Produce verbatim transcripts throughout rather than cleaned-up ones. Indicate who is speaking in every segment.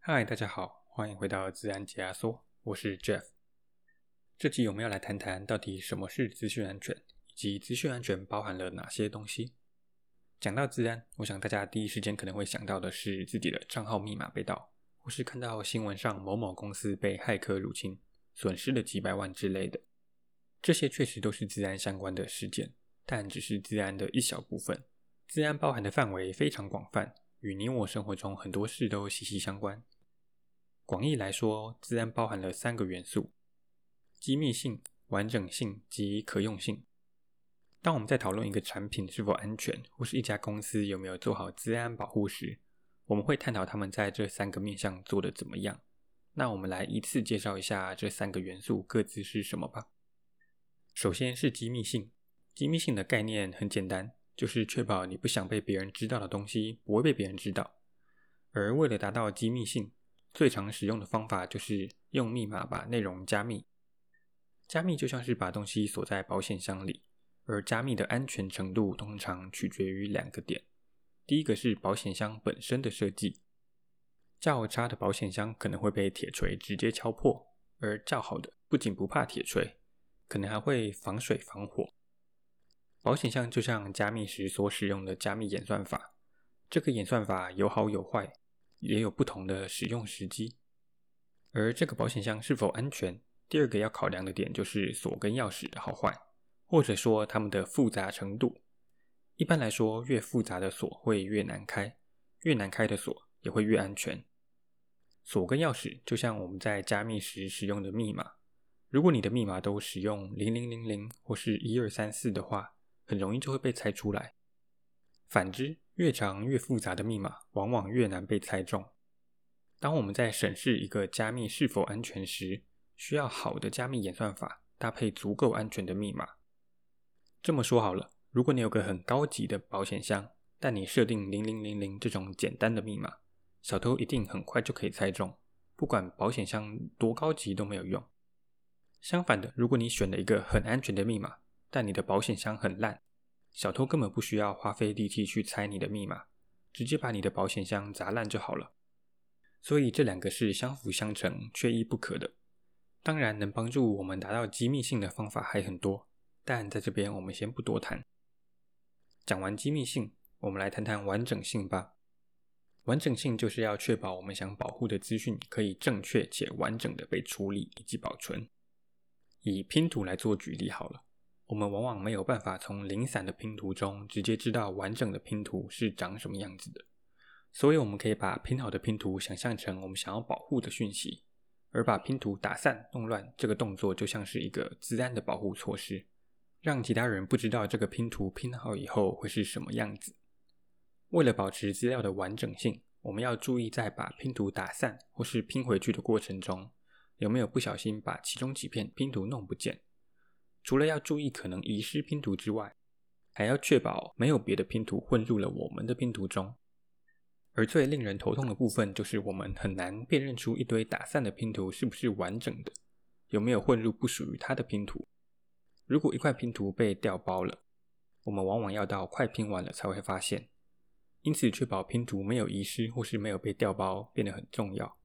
Speaker 1: 嗨，大家好，欢迎回到资安解压缩，我是 Jeff。这集我们要来谈谈到底什么是资讯安全，以及资讯安全包含了哪些东西。讲到资安，我想大家第一时间可能会想到的是自己的账号密码被盗，或是看到新闻上某某公司被骇客入侵，损失了几百万之类的。这些确实都是资安相关的事件，但只是资安的一小部分。资安包含的范围非常广泛，与你我生活中很多事都息息相关。广义来说，资安包含了三个元素：机密性、完整性及可用性。当我们在讨论一个产品是否安全，或是一家公司有没有做好资安保护时，我们会探讨他们在这三个面向做得怎么样。那我们来依次介绍一下这三个元素各自是什么吧。首先是机密性。机密性的概念很简单，就是确保你不想被别人知道的东西不会被别人知道。而为了达到机密性，最常使用的方法就是用密码把内容加密。加密就像是把东西锁在保险箱里，而加密的安全程度通常取决于两个点。第一个是保险箱本身的设计，较差的保险箱可能会被铁锤直接敲破，而较好的不仅不怕铁锤，可能还会防水防火。保险箱就像加密时所使用的加密演算法，这个演算法有好有坏，也有不同的使用时机。而这个保险箱是否安全，第二个要考量的点就是锁跟钥匙的好坏，或者说它们的复杂程度。一般来说，越复杂的锁会越难开，越难开的锁也会越安全。锁跟钥匙就像我们在加密时使用的密码，如果你的密码都使用零零零零或是一二三四的话，很容易就会被猜出来。反之，越长越复杂的密码往往越难被猜中。当我们在审视一个加密是否安全时，需要好的加密演算法搭配足够安全的密码。这么说好了，如果你有个很高级的保险箱，但你设定零零零零这种简单的密码，小偷一定很快就可以猜中，不管保险箱多高级都没有用。相反的，如果你选了一个很安全的密码，但你的保险箱很烂，小偷根本不需要花费力气去猜你的密码，直接把你的保险箱砸烂就好了。所以这两个是相辅相成，缺一不可的。当然，能帮助我们达到机密性的方法还很多，但在这边我们先不多谈。讲完机密性，我们来谈谈完整性吧。完整性就是要确保我们想保护的资讯可以正确且完整的被处理以及保存。以拼图来做举例好了，我们往往没有办法从零散的拼图中直接知道完整的拼图是长什么样子的，所以我们可以把拼好的拼图想象成我们想要保护的讯息，而把拼图打散弄乱这个动作就像是一个资安的保护措施，让其他人不知道这个拼图拼好以后会是什么样子。为了保持资料的完整性，我们要注意在把拼图打散或是拼回去的过程中，有没有不小心把其中几片拼图弄不见。除了要注意可能遗失拼图之外，还要确保没有别的拼图混入了我们的拼图中。而最令人头痛的部分就是我们很难辨认出一堆打散的拼图是不是完整的，有没有混入不属于它的拼图。如果一块拼图被调包了，我们往往要到快拼完了才会发现，因此确保拼图没有遗失或是没有被调包变得很重要。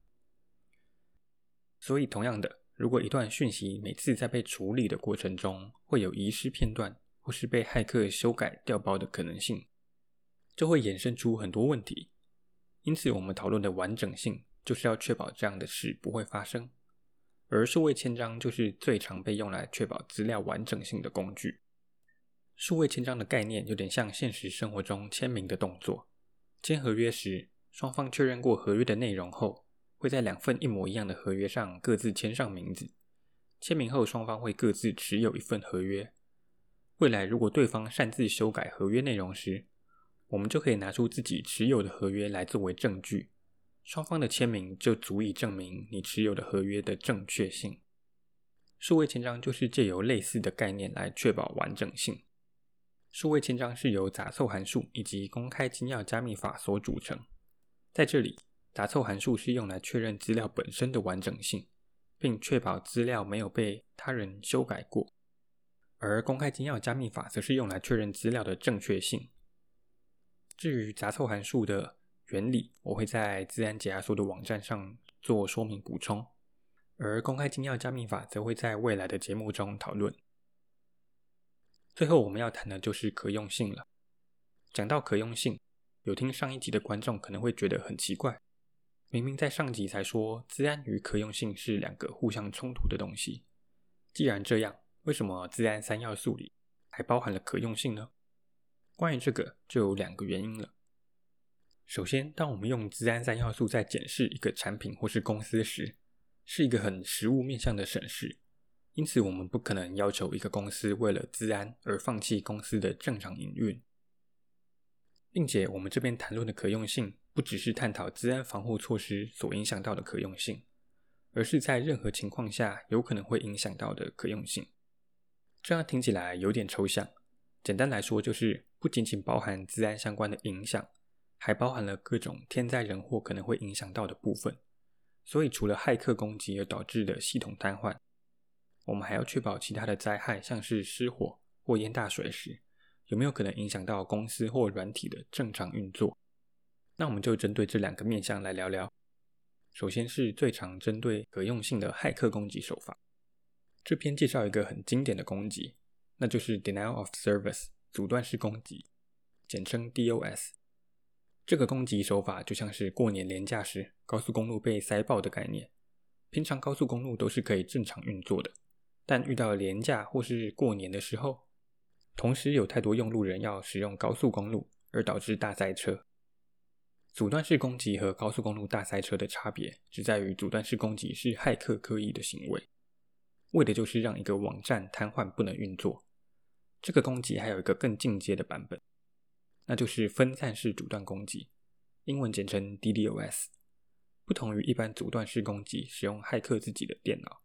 Speaker 1: 所以同样的，如果一段讯息每次在被处理的过程中会有遗失片段或是被骇客修改调包的可能性，就会衍生出很多问题。因此我们讨论的完整性就是要确保这样的事不会发生。而数位签章就是最常被用来确保资料完整性的工具。数位签章的概念有点像现实生活中签名的动作。签合约时，双方确认过合约的内容后，会在两份一模一样的合约上各自签上名字。签名后，双方会各自持有一份合约。未来如果对方擅自修改合约内容时，我们就可以拿出自己持有的合约来作为证据，双方的签名就足以证明你持有的合约的正确性。数位签章就是借由类似的概念来确保完整性。数位签章是由杂凑函数以及公开精要加密法所组成。在这里，杂凑函数是用来确认资料本身的完整性，并确保资料没有被他人修改过，而公开精要加密法则是用来确认资料的正确性。至于杂凑函数的原理我会在资安解压缩的网站上做说明补充，而公开精要加密法则会在未来的节目中讨论。最后我们要谈的就是可用性了。讲到可用性，有听上一集的观众可能会觉得很奇怪，明明在上集才说资安与可用性是两个互相冲突的东西，既然这样，为什么资安三要素里还包含了可用性呢？关于这个就有两个原因了。首先，当我们用资安三要素在检视一个产品或是公司时，是一个很实务面向的审视，因此我们不可能要求一个公司为了资安而放弃公司的正常营运。并且我们这边谈论的可用性不只是探讨资安防护措施所影响到的可用性，而是在任何情况下有可能会影响到的可用性。这样听起来有点抽象，简单来说就是不仅仅包含资安相关的影响，还包含了各种天灾人祸可能会影响到的部分。所以除了骇客攻击而导致的系统瘫痪，我们还要确保其他的灾害，像是失火或淹大水时，有没有可能影响到公司或软体的正常运作。那我们就针对这两个面向来聊聊。首先是最常针对可用性的骇客攻击手法。这边介绍一个很经典的攻击，那就是 Denial of Service 阻断式攻击，简称 D O S。 这个攻击手法就像是过年连假时高速公路被塞爆的概念。平常高速公路都是可以正常运作的，但遇到连假或是过年的时候，同时有太多用路人要使用高速公路，而导致大塞车。阻断式攻击和高速公路大塞车的差别只在于阻断式攻击是骇客刻意的行为，为的就是让一个网站瘫痪不能运作。这个攻击还有一个更进阶的版本，那就是分散式阻断攻击，英文简称 D DoS。 不同于一般阻断式攻击使用骇客自己的电脑，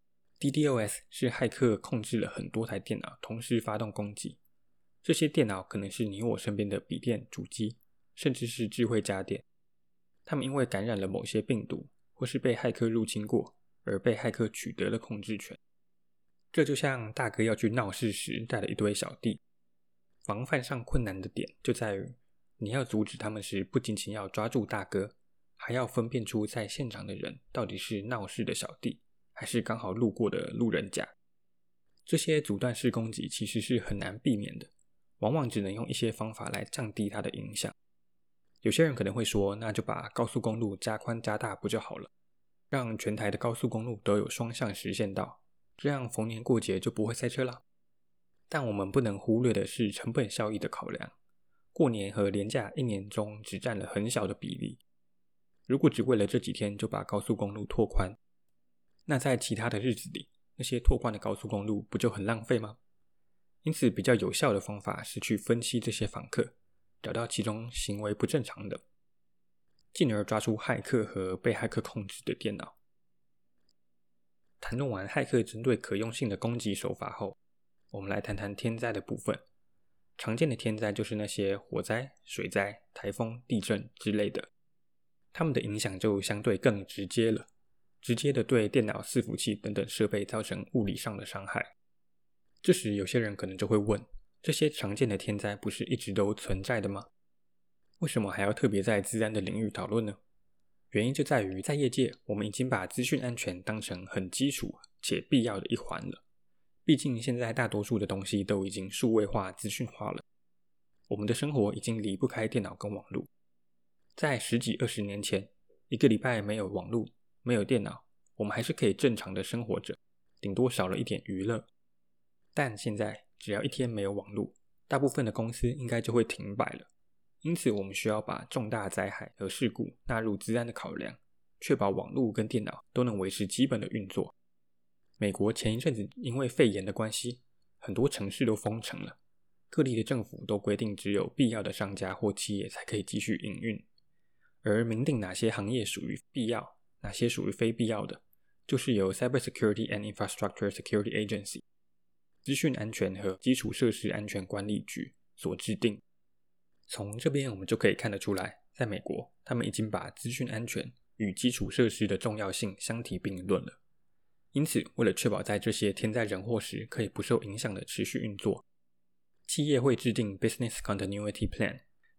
Speaker 1: D DoS 是骇客控制了很多台电脑同时发动攻击。这些电脑可能是你我身边的笔电、主机，甚至是智慧家电。他们因为感染了某些病毒，或是被骇客入侵过，而被骇客取得了控制权。这就像大哥要去闹事时带了一堆小弟，防范上困难的点就在于，你要阻止他们时，不仅仅要抓住大哥，还要分辨出在现场的人到底是闹事的小弟，还是刚好路过的路人甲。这些阻断式攻击其实是很难避免的，往往只能用一些方法来降低它的影响。有些人可能会说，那就把高速公路加宽加大不就好了，让全台的高速公路都有双向实线道，这样逢年过节就不会塞车啦。但我们不能忽略的是成本效益的考量，过年和连假一年中只占了很小的比例。如果只为了这几天就把高速公路拓宽，那在其他的日子里，那些拓宽的高速公路不就很浪费吗？因此比较有效的方法是去分析这些访客，找到其中行为不正常的，进而抓出骇客和被骇客控制的电脑。谈论完骇客针对可用性的攻击手法后，我们来谈谈天灾的部分。常见的天灾就是那些火灾、水灾、台风、地震之类的，它们的影响就相对更直接了，直接的对电脑、伺服器等等设备造成物理上的伤害。这时有些人可能就会问，这些常见的天灾不是一直都存在的吗？为什么还要特别在资安的领域讨论呢？原因就在于在业界，我们已经把资讯安全当成很基础且必要的一环了。毕竟现在大多数的东西都已经数位化、资讯化了，我们的生活已经离不开电脑跟网络。在十几二十年前，一个礼拜没有网络、没有电脑，我们还是可以正常的生活着，顶多少了一点娱乐。但现在只要一天没有网络，大部分的公司应该就会停摆了。因此我们需要把重大灾害和事故纳入资安的考量，确保网络跟电脑都能维持基本的运作。美国前一阵子因为肺炎的关系，很多城市都封城了，各地的政府都规定只有必要的商家或企业才可以继续营运，而明定哪些行业属于必要，哪些属于非必要的，就是由 Cybersecurity and Infrastructure Security Agency 资讯安全和基础设施安全管理局所制定。从这边我们就可以看得出来，在美国他们已经把资讯安全与基础设施的重要性相提并论了。因此为了确保在这些天灾人祸时可以不受影响的持续运作，企业会制定 Business Continuity Plan，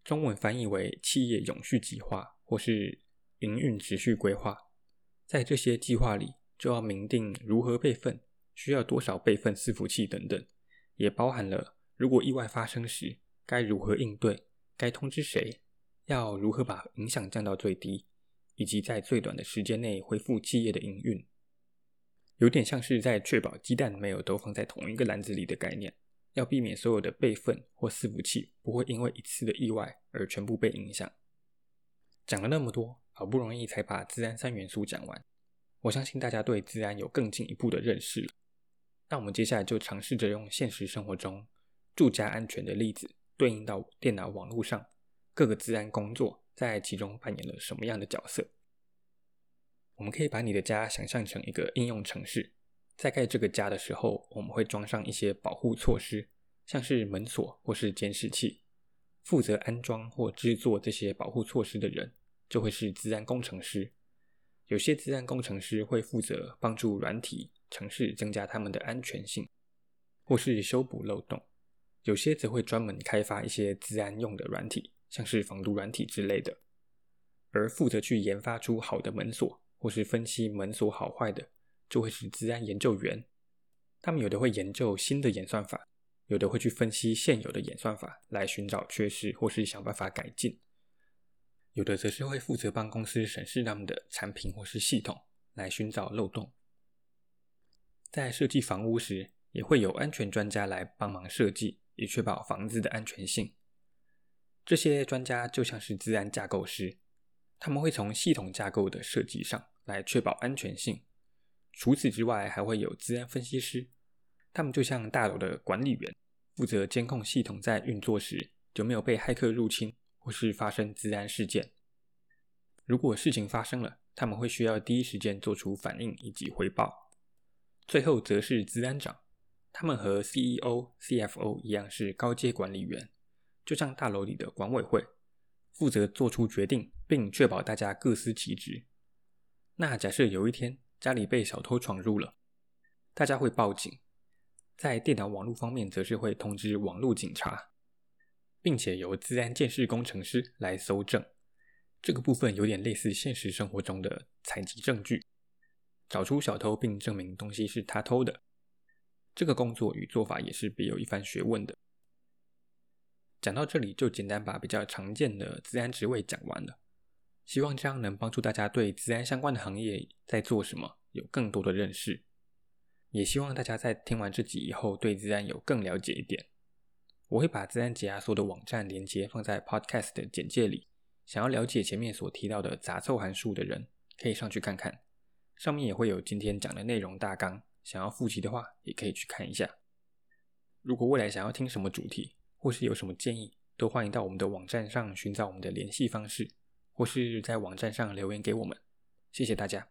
Speaker 1: 中文翻译为企业永续计划或是营运持续规划。在这些计划里，就要明定如何备份，需要多少备份伺服器等等，也包含了如果意外发生时该如何应对，该通知谁，要如何把影响降到最低，以及在最短的时间内恢复企业的营运。有点像是在确保鸡蛋没有都放在同一个篮子里的概念，要避免所有的备份或伺服器不会因为一次的意外而全部被影响。讲了那么多，好不容易才把资安三元素讲完，我相信大家对资安有更进一步的认识了。那我们接下来就尝试着用现实生活中住家安全的例子对应到电脑网络上各个资安工作在其中扮演了什么样的角色。我们可以把你的家想象成一个应用程式，在盖这个家的时候，我们会装上一些保护措施，像是门锁或是监视器。负责安装或制作这些保护措施的人就会是资安工程师。有些资安工程师会负责帮助软体程式增加它们的安全性，或是修补漏洞。有些则会专门开发一些资安用的软体，像是防毒软体之类的。而负责去研发出好的门锁或是分析门锁好坏的，就会是资安研究员。他们有的会研究新的演算法，有的会去分析现有的演算法来寻找缺失或是想办法改进，有的则是会负责帮公司审视他们的产品或是系统来寻找漏洞。在设计房屋时，也会有安全专家来帮忙设计，以确保房子的安全性。这些专家就像是资安架构师，他们会从系统架构的设计上来确保安全性。除此之外，还会有资安分析师，他们就像大楼的管理员，负责监控系统在运作时有没有被骇客入侵或是发生资安事件。如果事情发生了，他们会需要第一时间做出反应以及回报。最后则是资安长，他们和 C E O、C F O 一样是高阶管理员，就像大楼里的管委会，负责做出决定并确保大家各司其职。那假设有一天家里被小偷闯入了，大家会报警，在电脑网络方面则是会通知网络警察，并且由资安鉴识工程师来搜证。这个部分有点类似现实生活中的采集证据，找出小偷并证明东西是他偷的。这个工作与做法也是别有一番学问的。讲到这里就简单把比较常见的资安职位讲完了，希望这样能帮助大家对资安相关的行业在做什么有更多的认识。也希望大家在听完这集以后对资安有更了解一点。我会把资安解压缩的网站连结放在 podcast 的简介里，想要了解前面所提到的杂凑函数的人可以上去看看，上面也会有今天讲的内容大纲，想要复习的话也可以去看一下。如果未来想要听什么主题或是有什么建议，都欢迎到我们的网站上寻找我们的联系方式，或是在网站上留言给我们。谢谢大家。